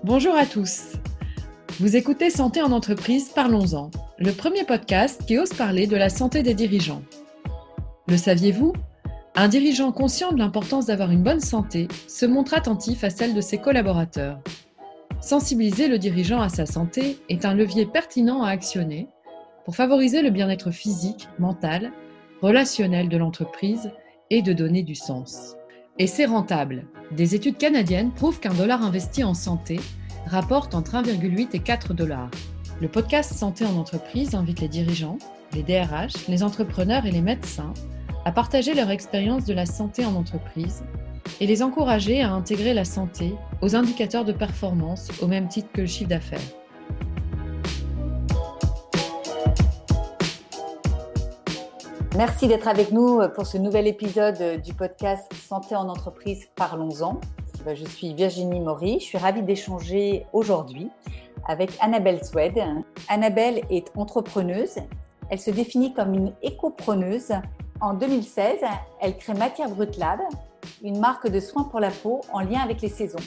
Bonjour à tous. Vous écoutez Santé en entreprise, parlons-en, le premier podcast qui ose parler de la santé des dirigeants. Le saviez-vous ? Un dirigeant conscient de l'importance d'avoir une bonne santé se montre attentif à celle de ses collaborateurs. Sensibiliser le dirigeant à sa santé est un levier pertinent à actionner pour favoriser le bien-être physique, mental, relationnel de l'entreprise et de donner du sens. Et c'est rentable. Des études canadiennes prouvent qu'un dollar investi en santé rapporte entre 1,8 et 4 dollars. Le podcast Santé en entreprise invite les dirigeants, les DRH, les entrepreneurs et les médecins à partager leur expérience de la santé en entreprise et les encourager à intégrer la santé aux indicateurs de performance au même titre que le chiffre d'affaires. Merci d'être avec nous pour ce nouvel épisode du podcast Santé en entreprise, parlons-en. Je suis Virginie Maury, je suis ravie d'échanger aujourd'hui avec Annabelle Swed. Annabelle est entrepreneuse, elle se définit comme une éco-preneuse. En 2016, elle crée Matière Brute Lab, une marque de soins pour la peau en lien avec les saisons.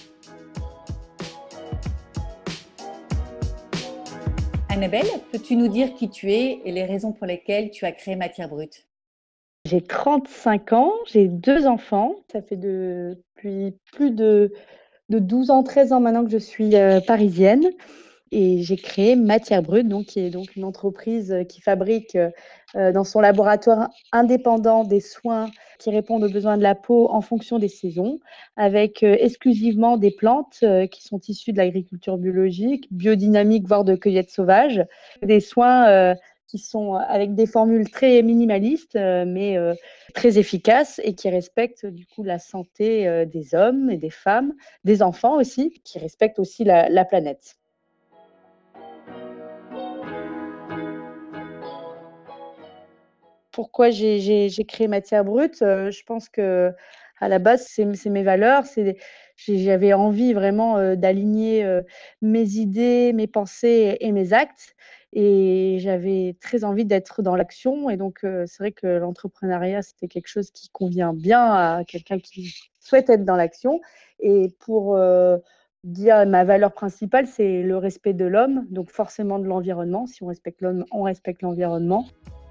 Annabelle, peux-tu nous dire qui tu es et les raisons pour lesquelles tu as créé Matière Brute ? J'ai 35 ans, j'ai 2 enfants. Ça fait depuis plus de 12 ans, 13 ans maintenant que je suis parisienne. Et j'ai créé Matière Brute, qui est donc une entreprise qui fabrique dans son laboratoire indépendant des soins qui répondent aux besoins de la peau en fonction des saisons, avec exclusivement des plantes qui sont issues de l'agriculture biologique, biodynamique, voire de cueillette sauvage. Des soins qui sont avec des formules très minimalistes, mais très efficaces et qui respectent du coup la santé des hommes et des femmes, des enfants aussi, qui respectent aussi la planète. Pourquoi j'ai créé Matière Brute? Je pense qu'à la base, c'est mes valeurs. J'avais envie vraiment d'aligner mes idées, mes pensées et mes actes. Et j'avais très envie d'être dans l'action. Et donc, c'est vrai que l'entrepreneuriat, c'était quelque chose qui convient bien à quelqu'un qui souhaite être dans l'action. Et pour dire ma valeur principale, c'est le respect de l'homme, donc forcément de l'environnement. Si on respecte l'homme, on respecte l'environnement.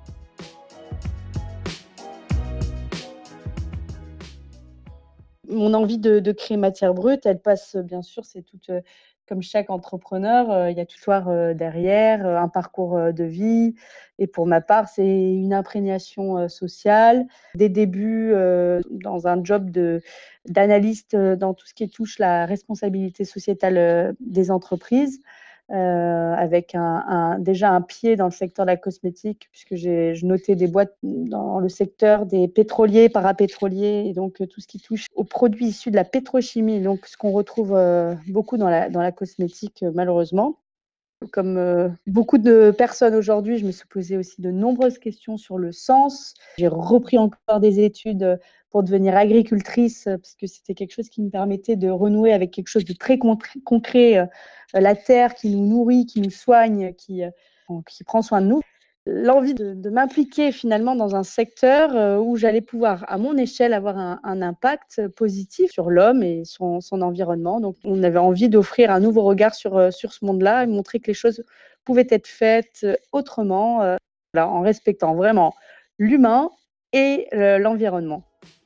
Mon envie de créer Matière Brute, elle passe bien sûr, c'est toute, comme chaque entrepreneur, il y a toute une histoire derrière, un parcours de vie. Et pour ma part, c'est une imprégnation sociale, des débuts dans un job d'analyste dans tout ce qui touche la responsabilité sociétale des entreprises. Avec déjà un pied dans le secteur de la cosmétique, puisque je notais des boîtes dans le secteur des pétroliers, parapétroliers, et donc tout ce qui touche aux produits issus de la pétrochimie, donc ce qu'on retrouve beaucoup dans la cosmétique, malheureusement. Comme beaucoup de personnes aujourd'hui, je me suis posé aussi de nombreuses questions sur le sens. J'ai repris encore des études pour devenir agricultrice, parce que c'était quelque chose qui me permettait de renouer avec quelque chose de très concret, la terre qui nous nourrit, qui nous soigne, qui prend soin de nous. L'envie de m'impliquer finalement dans un secteur où j'allais pouvoir, à mon échelle, avoir un impact positif sur l'homme et son environnement. Donc, on avait envie d'offrir un nouveau regard sur ce monde-là et montrer que les choses pouvaient être faites autrement, voilà, en respectant vraiment l'humain et l'environnement.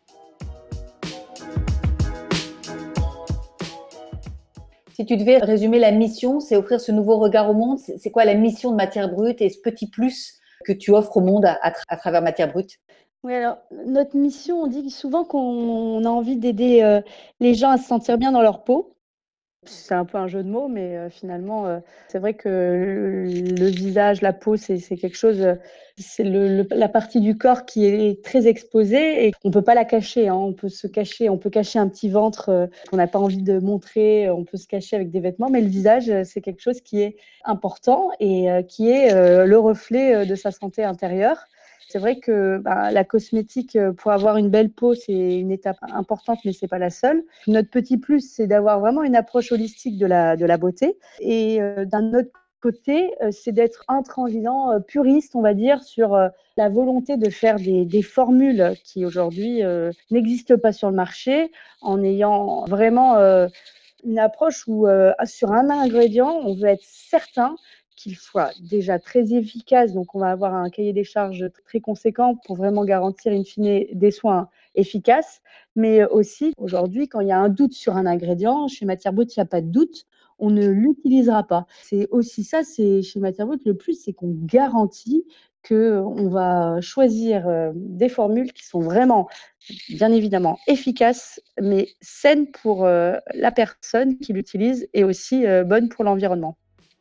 Si tu devais résumer la mission, c'est offrir ce nouveau regard au monde. C'est quoi la mission de Matière Brute et ce petit plus que tu offres au monde à travers Matière Brute ? Oui, alors notre mission, on dit souvent qu'on a envie d'aider les gens à se sentir bien dans leur peau. C'est un peu un jeu de mots, mais finalement, c'est vrai que le visage, la peau, c'est quelque chose, c'est la partie du corps qui est très exposée et on peut pas la cacher, hein. On peut se cacher, on peut cacher un petit ventre qu'on n'a pas envie de montrer, on peut se cacher avec des vêtements, mais le visage, c'est quelque chose qui est important et qui est le reflet de sa santé intérieure. C'est vrai que la cosmétique, pour avoir une belle peau, c'est une étape importante, mais c'est pas la seule. Notre petit plus, c'est d'avoir vraiment une approche holistique de la beauté. Et d'un autre côté, c'est d'être intransigeant, puriste, on va dire, sur la volonté de faire des formules qui aujourd'hui n'existent pas sur le marché, en ayant vraiment une approche où sur un ingrédient, on veut être certain qu'il soit déjà très efficace. Donc, on va avoir un cahier des charges très conséquent pour vraiment garantir in fine des soins efficaces. Mais aussi, aujourd'hui, quand il y a un doute sur un ingrédient, chez Matière Brute, il n'y a pas de doute, on ne l'utilisera pas. C'est aussi ça, c'est chez Matière Brute, le plus, c'est qu'on garantit qu'on va choisir des formules qui sont vraiment, bien évidemment, efficaces, mais saines pour la personne qui l'utilise et aussi bonnes pour l'environnement.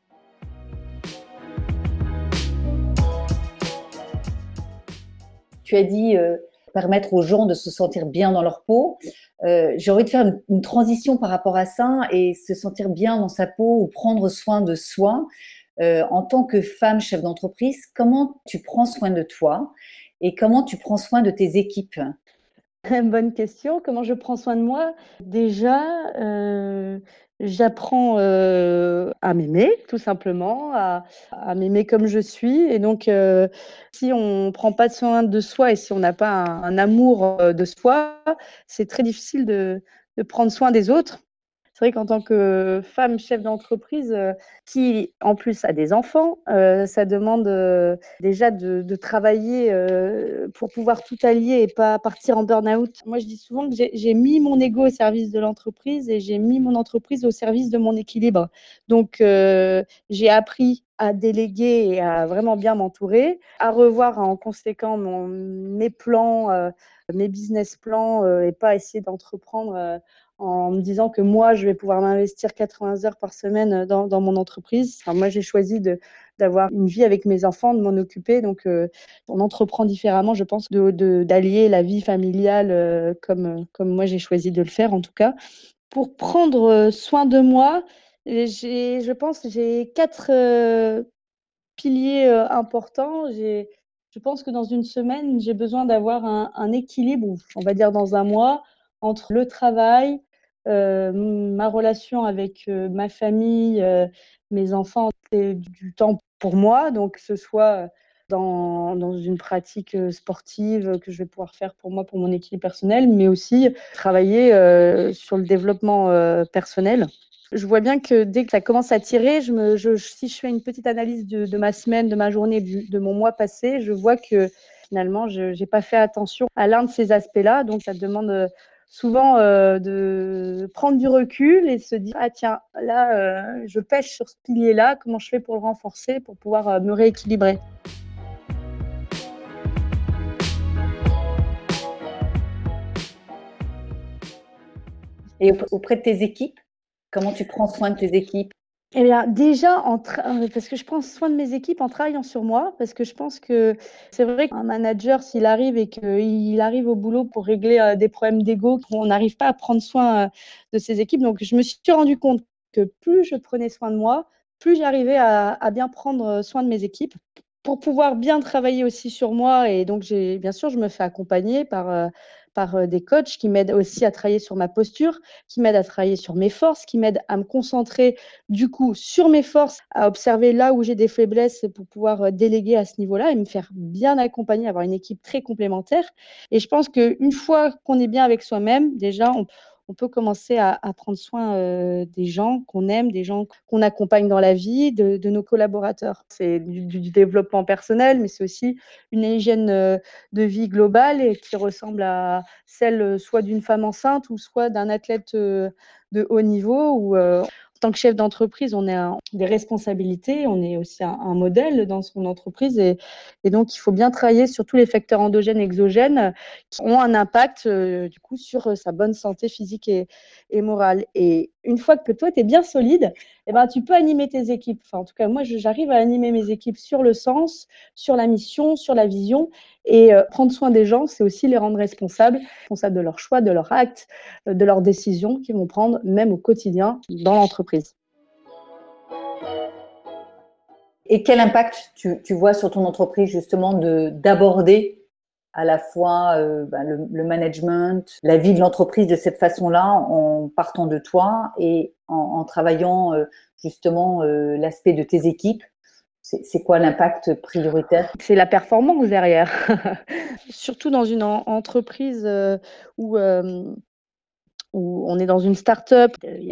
Tu as dit permettre aux gens de se sentir bien dans leur peau. J'ai envie de faire une transition par rapport à ça et se sentir bien dans sa peau ou prendre soin de soi. En tant que femme chef d'entreprise, comment tu prends soin de toi et comment tu prends soin de tes équipes? Bonne question. Comment je prends soin de moi? Déjà, j'apprends à m'aimer, tout simplement, à m'aimer comme je suis. Et donc, si on ne prend pas soin de soi et si on n'a pas un amour de soi, c'est très difficile de prendre soin des autres. C'est vrai qu'en tant que femme chef d'entreprise, qui en plus a des enfants, ça demande, déjà de travailler, pour pouvoir tout allier et pas partir en burn-out. Moi, je dis souvent que j'ai mis mon ego au service de l'entreprise et j'ai mis mon entreprise au service de mon équilibre. Donc, j'ai appris à déléguer et à vraiment bien m'entourer, à revoir en conséquent mes plans, mes business plans, et pas essayer d'entreprendre, en me disant que moi, je vais pouvoir m'investir 80 heures par semaine dans mon entreprise. Enfin, moi, j'ai choisi d'avoir une vie avec mes enfants, de m'en occuper. Donc, on entreprend différemment, je pense, d'allier la vie familiale comme moi, j'ai choisi de le faire, en tout cas. Pour prendre soin de moi, je pense, j'ai 4 piliers importants. Je pense que dans une semaine, j'ai besoin d'avoir un équilibre, ou on va dire dans un mois, entre le travail, ma relation avec ma famille, mes enfants et du temps pour moi. Donc, que ce soit dans une pratique sportive que je vais pouvoir faire pour moi, pour mon équilibre personnel, mais aussi travailler sur le développement personnel. Je vois bien que dès que ça commence à tirer, si je fais une petite analyse de ma semaine, de ma journée, de mon mois passé, je vois que finalement, je n'ai pas fait attention à l'un de ces aspects-là. Donc, ça demande souvent de prendre du recul et se dire, ah tiens, là, je pêche sur ce pilier-là, comment je fais pour le renforcer, pour pouvoir me rééquilibrer. Et auprès de tes équipes, comment tu prends soin de tes équipes? Eh bien, déjà, parce que je prends soin de mes équipes en travaillant sur moi, parce que je pense que c'est vrai qu'un manager, s'il arrive et qu'il arrive au boulot pour régler des problèmes d'ego, on n'arrive pas à prendre soin de ses équipes. Donc, je me suis rendu compte que plus je prenais soin de moi, plus j'arrivais à bien prendre soin de mes équipes pour pouvoir bien travailler aussi sur moi. Et donc, bien sûr, je me fais accompagner par des coachs qui m'aident aussi à travailler sur ma posture, qui m'aident à travailler sur mes forces, qui m'aident à me concentrer du coup sur mes forces, à observer là où j'ai des faiblesses pour pouvoir déléguer à ce niveau-là et me faire bien accompagner, avoir une équipe très complémentaire. Et je pense qu'une fois qu'on est bien avec soi-même, déjà, on peut commencer à prendre soin des gens qu'on aime, des gens qu'on accompagne dans la vie, de nos collaborateurs. C'est du développement personnel, mais c'est aussi une hygiène de vie globale et qui ressemble à celle soit d'une femme enceinte ou soit d'un athlète de haut niveau. En tant que chef d'entreprise, on a des responsabilités, on est aussi un modèle dans son entreprise et donc il faut bien travailler sur tous les facteurs endogènes et exogènes qui ont un impact du coup sur sa bonne santé physique et morale. Et une fois que toi, tu es bien solide, eh ben, tu peux animer tes équipes. Enfin, en tout cas, moi, j'arrive à animer mes équipes sur le sens, sur la mission, sur la vision. Et prendre soin des gens, c'est aussi les rendre responsables de leurs choix, de leurs actes, de leurs décisions qu'ils vont prendre même au quotidien dans l'entreprise. Et quel impact tu vois sur ton entreprise justement d'aborder à la fois le management, la vie de l'entreprise de cette façon-là, en partant de toi et en travaillant justement l'aspect de tes équipes? C'est quoi l'impact prioritaire? C'est la performance derrière. Surtout dans une entreprise où on est dans une start-up, il y a des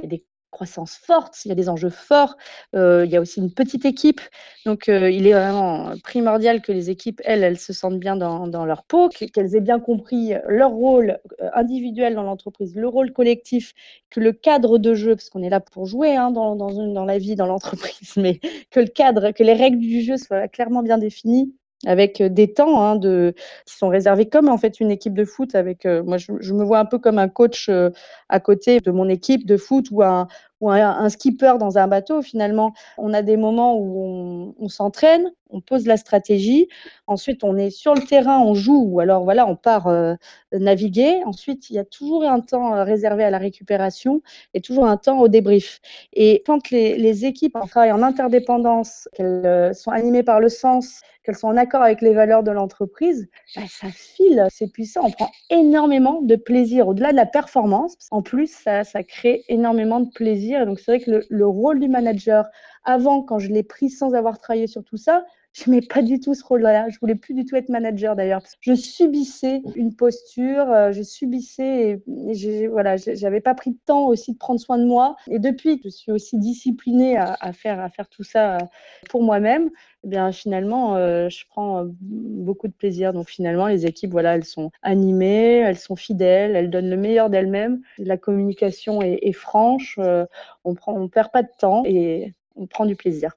croissance forte, il y a des enjeux forts, il y a aussi une petite équipe. Donc, il est vraiment primordial que les équipes, elles se sentent bien dans leur peau, qu'elles aient bien compris leur rôle individuel dans l'entreprise, le rôle collectif, que le cadre de jeu, parce qu'on est là pour jouer dans la vie, dans l'entreprise, mais que le cadre, que les règles du jeu soient clairement bien définies avec des temps qui sont réservés comme en fait une équipe de foot avec moi je me vois un peu comme un coach à côté de mon équipe de foot ou un skipper dans un bateau. Finalement, on a des moments où on s'entraîne, on pose la stratégie, ensuite on est sur le terrain, on joue ou alors voilà, on part naviguer. Ensuite, il y a toujours un temps réservé à la récupération et toujours un temps au débrief. Et quand les équipes travaillent en interdépendance, qu'elles sont animées par le sens, qu'elles sont en accord avec les valeurs de l'entreprise, ça file, c'est puissant. On prend énormément de plaisir au-delà de la performance. En plus, ça crée énormément de plaisir. Et donc, c'est vrai que le rôle du manager, avant, quand je l'ai pris sans avoir travaillé sur tout ça, je n'aimais pas du tout ce rôle-là. Je voulais plus du tout être manager d'ailleurs. Je subissais une posture, je subissais voilà, j'avais pas pris de temps aussi de prendre soin de moi. Et depuis, je suis aussi disciplinée à faire tout ça pour moi-même. Eh bien, finalement, je prends beaucoup de plaisir. Donc, finalement, les équipes, voilà, elles sont animées, elles sont fidèles, elles donnent le meilleur d'elles-mêmes. La communication est franche, on perd pas de temps et on prend du plaisir.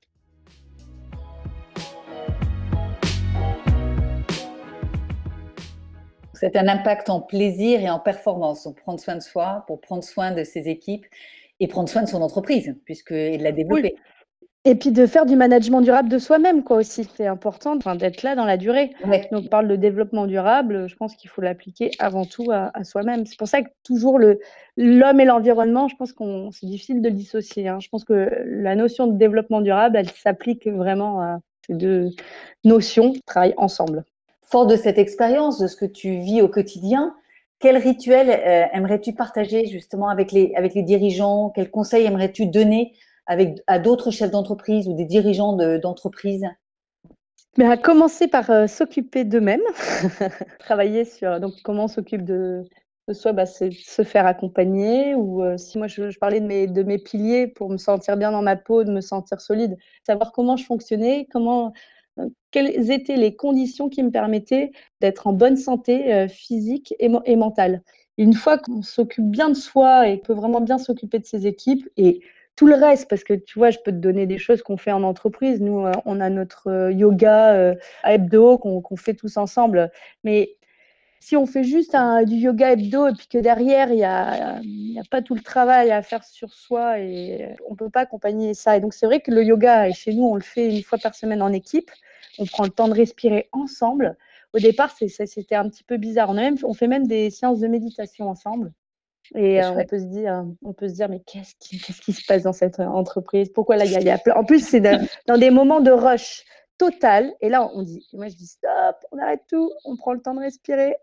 C'est un impact en plaisir et en performance. Donc, prendre soin de soi pour prendre soin de ses équipes et prendre soin de son entreprise, et de la Oui. développer. Et puis de faire du management durable de soi-même, quoi, aussi. C'est important, d'être là dans la durée. Ouais. Donc, on parle de développement durable, je pense qu'il faut l'appliquer avant tout à soi-même. C'est pour ça que toujours l'homme et l'environnement, je pense c'est difficile de le dissocier, hein. Je pense que la notion de développement durable, elle s'applique vraiment à ces deux notions qui travaillent ensemble. Fort de cette expérience, de ce que tu vis au quotidien, quel rituel aimerais-tu partager justement avec les dirigeants? Quels conseils aimerais-tu donner à d'autres chefs d'entreprise ou des dirigeants d'entreprise? Mais à commencer par s'occuper d'eux-mêmes, travailler sur donc comment on s'occupe de soi, c'est se faire accompagner ou si moi je parlais de mes piliers pour me sentir bien dans ma peau, de me sentir solide, savoir comment je fonctionnais, quelles étaient les conditions qui me permettaient d'être en bonne santé physique et mentale. Une fois qu'on s'occupe bien de soi et qu'on peut vraiment bien s'occuper de ses équipes et tout le reste, parce que tu vois, je peux te donner des choses qu'on fait en entreprise. Nous, on a notre yoga à hebdo qu'on fait tous ensemble. Mais si on fait juste du yoga hebdo et puis que derrière, il y a pas tout le travail à faire sur soi et on ne peut pas accompagner ça. Et donc, c'est vrai que le yoga, et chez nous, on le fait une fois par semaine en équipe. On prend le temps de respirer ensemble. Au départ, c'était un petit peu bizarre. On fait même des séances de méditation ensemble. Et C'est on chouette. peut se dire, mais qu'est-ce qui se passe dans cette entreprise? Pourquoi là, il y a plein. En plus, c'est dans des moments de rush total. Et là, moi je dis stop, on arrête tout, on prend le temps de respirer.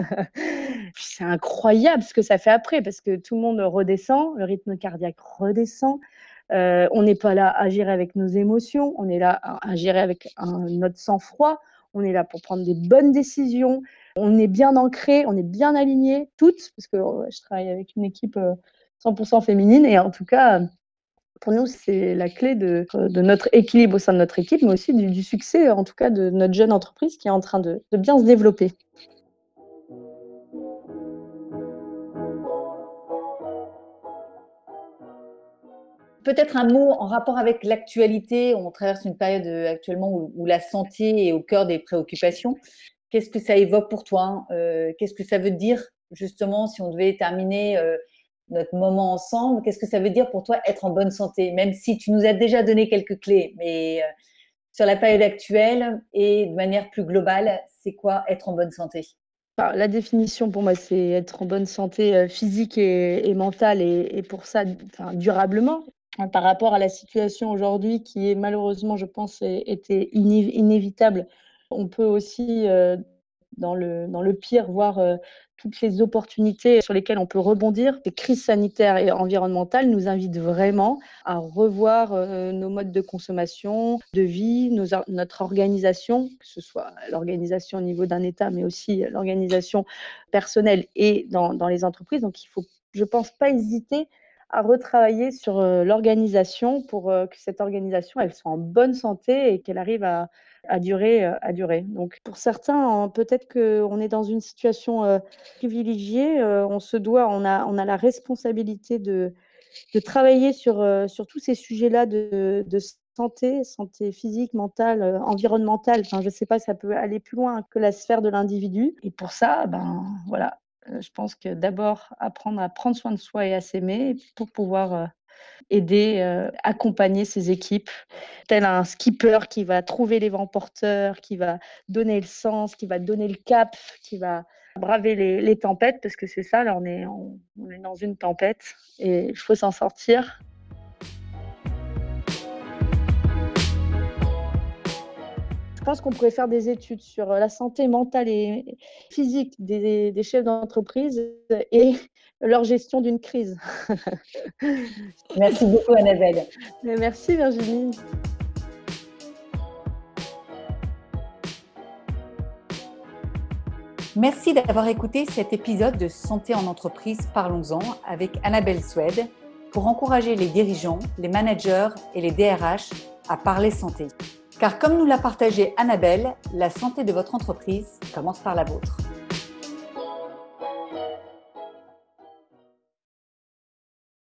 C'est incroyable ce que ça fait après, parce que tout le monde redescend, le rythme cardiaque redescend. On n'est pas là à gérer avec nos émotions, on est là à gérer avec notre sang-froid. On est là pour prendre des bonnes décisions. On est bien ancré, on est bien aligné, toutes, parce que je travaille avec une équipe 100% féminine. Et en tout cas, pour nous, c'est la clé de notre équilibre au sein de notre équipe, mais aussi du succès, en tout cas, de notre jeune entreprise qui est en train de bien se développer. Peut-être un mot en rapport avec l'actualité. On traverse une période actuellement où la santé est au cœur des préoccupations. Qu'est-ce que ça évoque pour toi? Qu'est-ce que ça veut dire justement si on devait terminer notre moment ensemble? Qu'est-ce que ça veut dire pour toi être en bonne santé? Même si tu nous as déjà donné quelques clés, mais sur la période actuelle et de manière plus globale, c'est quoi être en bonne santé? Enfin, la définition pour moi, c'est être en bonne santé physique et mentale et pour ça, durablement. Par rapport à la situation aujourd'hui qui est malheureusement, je pense, était inévitable, on peut aussi, dans le pire, voir toutes les opportunités sur lesquelles on peut rebondir. Les crises sanitaires et environnementales nous invitent vraiment à revoir nos modes de consommation, de vie, notre organisation, que ce soit l'organisation au niveau d'un État, mais aussi l'organisation personnelle et dans les entreprises. Donc, il faut, je pense, pas hésiter à retravailler sur l'organisation pour que cette organisation, elle soit en bonne santé et qu'elle arrive à durer. Donc pour certains, peut-être qu'on est dans une situation privilégiée, on a la responsabilité de travailler sur tous ces sujets-là de santé physique, mentale, environnementale. Enfin, je sais pas, ça peut aller plus loin que la sphère de l'individu et pour ça, voilà, je pense que d'abord apprendre à prendre soin de soi et à s'aimer pour pouvoir aider, accompagner ses équipes, tel un skipper qui va trouver les vents porteurs, qui va donner le sens, qui va donner le cap, qui va braver les tempêtes, parce que c'est ça, là, on est dans une tempête et il faut s'en sortir. Je pense qu'on pourrait faire des études sur la santé mentale et physique des chefs d'entreprise et leur gestion d'une crise. Merci beaucoup, Annabelle. Merci Virginie. Merci d'avoir écouté cet épisode de Santé en entreprise, parlons-en avec Annabelle Swed pour encourager les dirigeants, les managers et les DRH à parler santé. Car comme nous l'a partagé Annabelle, la santé de votre entreprise commence par la vôtre.